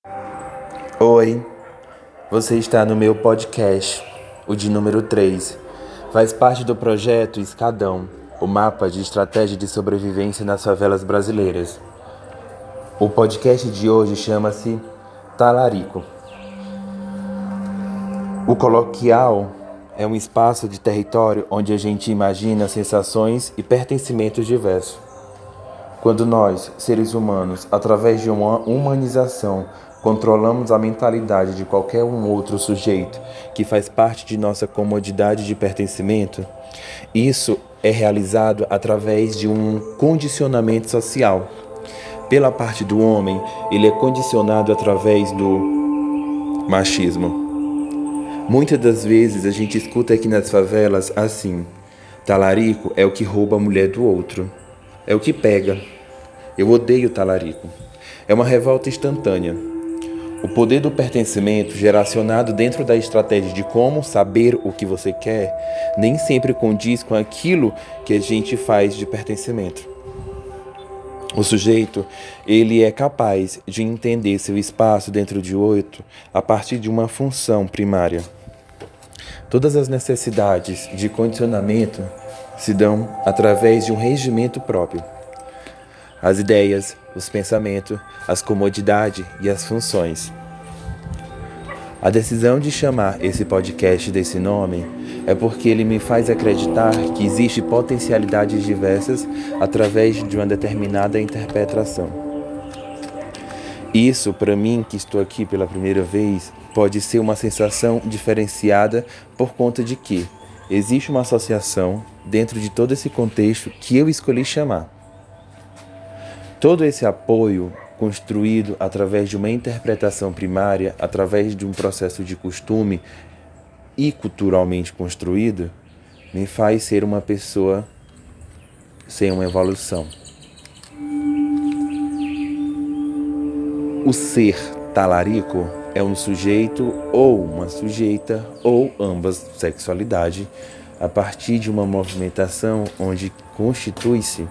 Oi, você está no meu podcast, o de número 3. Faz parte do projeto Escadão, o mapa de estratégia de sobrevivência nas favelas brasileiras. O podcast de hoje chama-se Talarico. O coloquial é um espaço de território onde a gente imagina sensações e pertencimentos diversos. Quando nós, seres humanos, através de uma humanização, controlamos a mentalidade de qualquer outro sujeito que faz parte de nossa comodidade de pertencimento, isso é realizado através de um condicionamento social. Pela parte do homem, ele é condicionado através do machismo. Muitas das vezes a gente escuta aqui nas favelas assim: talarico é o que rouba a mulher do outro, é o que pega. Eu odeio talarico. É uma revolta instantânea. O poder do pertencimento, geracionado dentro da estratégia de como saber o que você quer, nem sempre condiz com aquilo que a gente faz de pertencimento. O sujeito, ele é capaz de entender seu espaço dentro de outro a partir de uma função primária. Todas as necessidades de condicionamento se dão através de um regimento próprio. As ideias, os pensamentos, as comodidades e as funções. A decisão de chamar esse podcast desse nome é porque ele me faz acreditar que existe potencialidades diversas através de uma determinada interpretação. Isso, para mim, que estou aqui pela primeira vez, pode ser uma sensação diferenciada por conta de que existe uma associação dentro de todo esse contexto que eu escolhi chamar. Todo esse apoio construído através de uma interpretação primária, através de um processo de costume e culturalmente construído, me faz ser uma pessoa sem uma evolução. O ser talarico é um sujeito ou uma sujeita ou ambas sexualidade a partir de uma movimentação onde constitui-se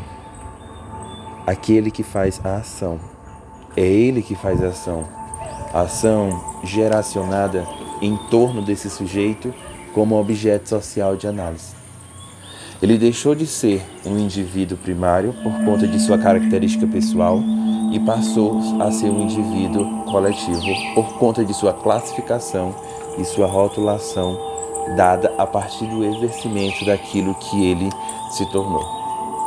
aquele que faz a ação. É ele que faz a ação. A ação geracionada em torno desse sujeito como objeto social de análise. Ele deixou de ser um indivíduo primário por conta de sua característica pessoal e passou a ser um indivíduo coletivo por conta de sua classificação e sua rotulação dada a partir do exercimento daquilo que ele se tornou.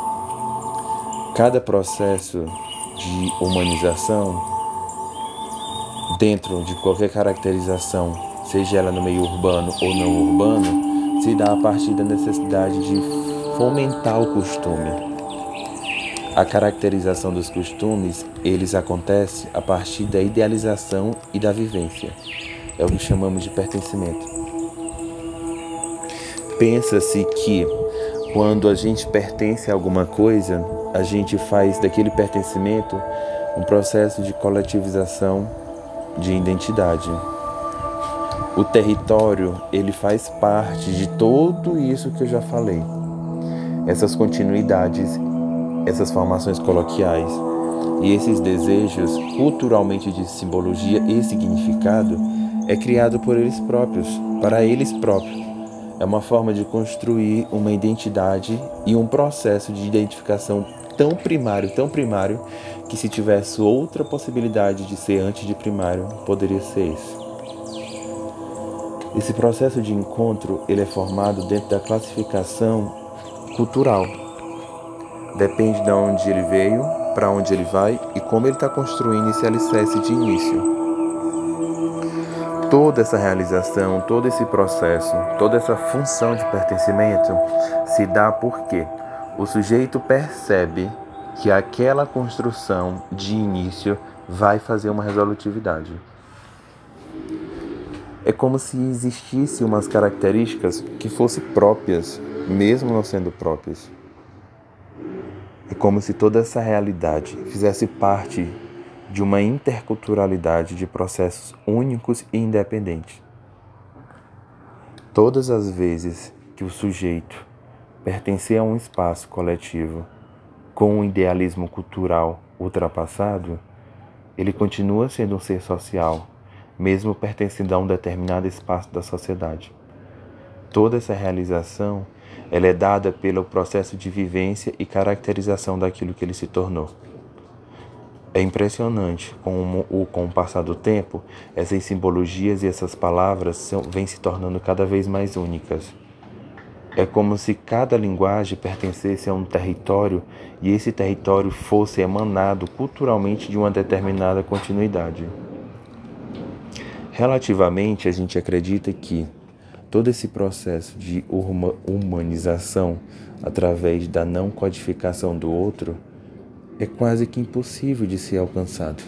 Cada processo de humanização, dentro de qualquer caracterização, seja ela no meio urbano ou não urbano, se dá a partir da necessidade de fomentar o costume. A caracterização dos costumes, eles acontecem a partir da idealização e da vivência. É o que chamamos de pertencimento. Pensa-se que quando a gente pertence a alguma coisa, a gente faz daquele pertencimento um processo de coletivização de identidade. O território, ele faz parte de tudo isso que eu já falei. Essas continuidades, essas formações coloquiais e esses desejos culturalmente de simbologia e significado é criado por eles próprios, para eles próprios. É uma forma de construir uma identidade e um processo de identificação tão primário, que se tivesse outra possibilidade de ser antes de primário, poderia ser esse. Esse processo de encontro, ele é formado dentro da classificação cultural. Depende de onde ele veio, para onde ele vai e como ele está construindo esse alicerce de início. Toda essa realização, todo esse processo, toda essa função de pertencimento se dá porque o sujeito percebe que aquela construção de início vai fazer uma resolutividade. É como se existissem umas características que fossem próprias, mesmo não sendo próprias. É como se toda essa realidade fizesse parte de uma interculturalidade de processos únicos e independentes. Todas as vezes que o sujeito pertencer a um espaço coletivo com um idealismo cultural ultrapassado, ele continua sendo um ser social, mesmo pertencendo a um determinado espaço da sociedade. Toda essa realização, ela é dada pelo processo de vivência e caracterização daquilo que ele se tornou. É impressionante como, com o passar do tempo, essas simbologias e essas palavras vêm se tornando cada vez mais únicas. É como se cada linguagem pertencesse a um território e esse território fosse emanado culturalmente de uma determinada continuidade. Relativamente, a gente acredita que todo esse processo de humanização através da não codificação do outro é quase que impossível de ser alcançado.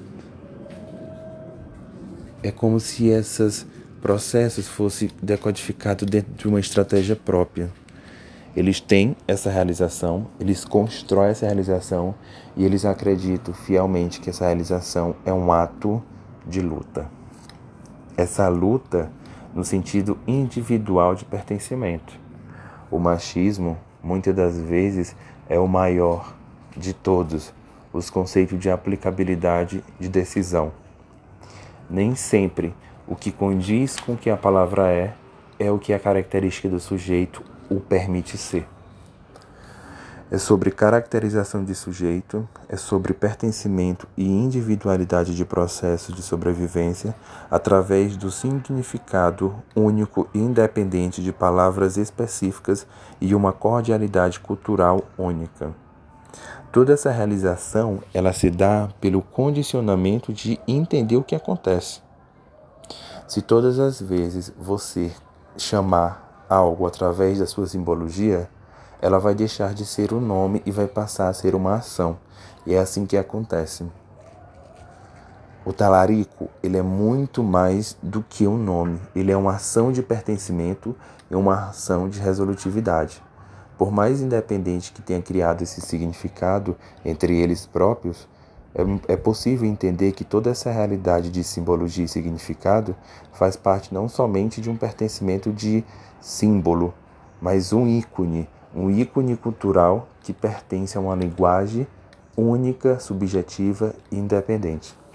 É como se esses processos fossem decodificados dentro de uma estratégia própria. Eles têm essa realização, eles constroem essa realização e eles acreditam fielmente que essa realização é um ato de luta. Essa luta no sentido individual de pertencimento. O machismo, muitas das vezes, é o maior de todos os conceitos de aplicabilidade de decisão. Nem sempre o que condiz com o que a palavra é o que a característica do sujeito o permite ser. É sobre caracterização de sujeito, é sobre pertencimento e individualidade de processo de sobrevivência através do significado único e independente de palavras específicas e uma cordialidade cultural única. Toda essa realização, ela se dá pelo condicionamento de entender o que acontece. Se todas as vezes você chamar algo através da sua simbologia, ela vai deixar de ser um nome e vai passar a ser uma ação. E é assim que acontece. O talarico, ele é muito mais do que um nome. Ele é uma ação de pertencimento e uma ação de resolutividade. Por mais independente que tenha criado esse significado entre eles próprios, é possível entender que toda essa realidade de simbologia e significado faz parte não somente de um pertencimento de símbolo, mas um ícone cultural que pertence a uma linguagem única, subjetiva e independente.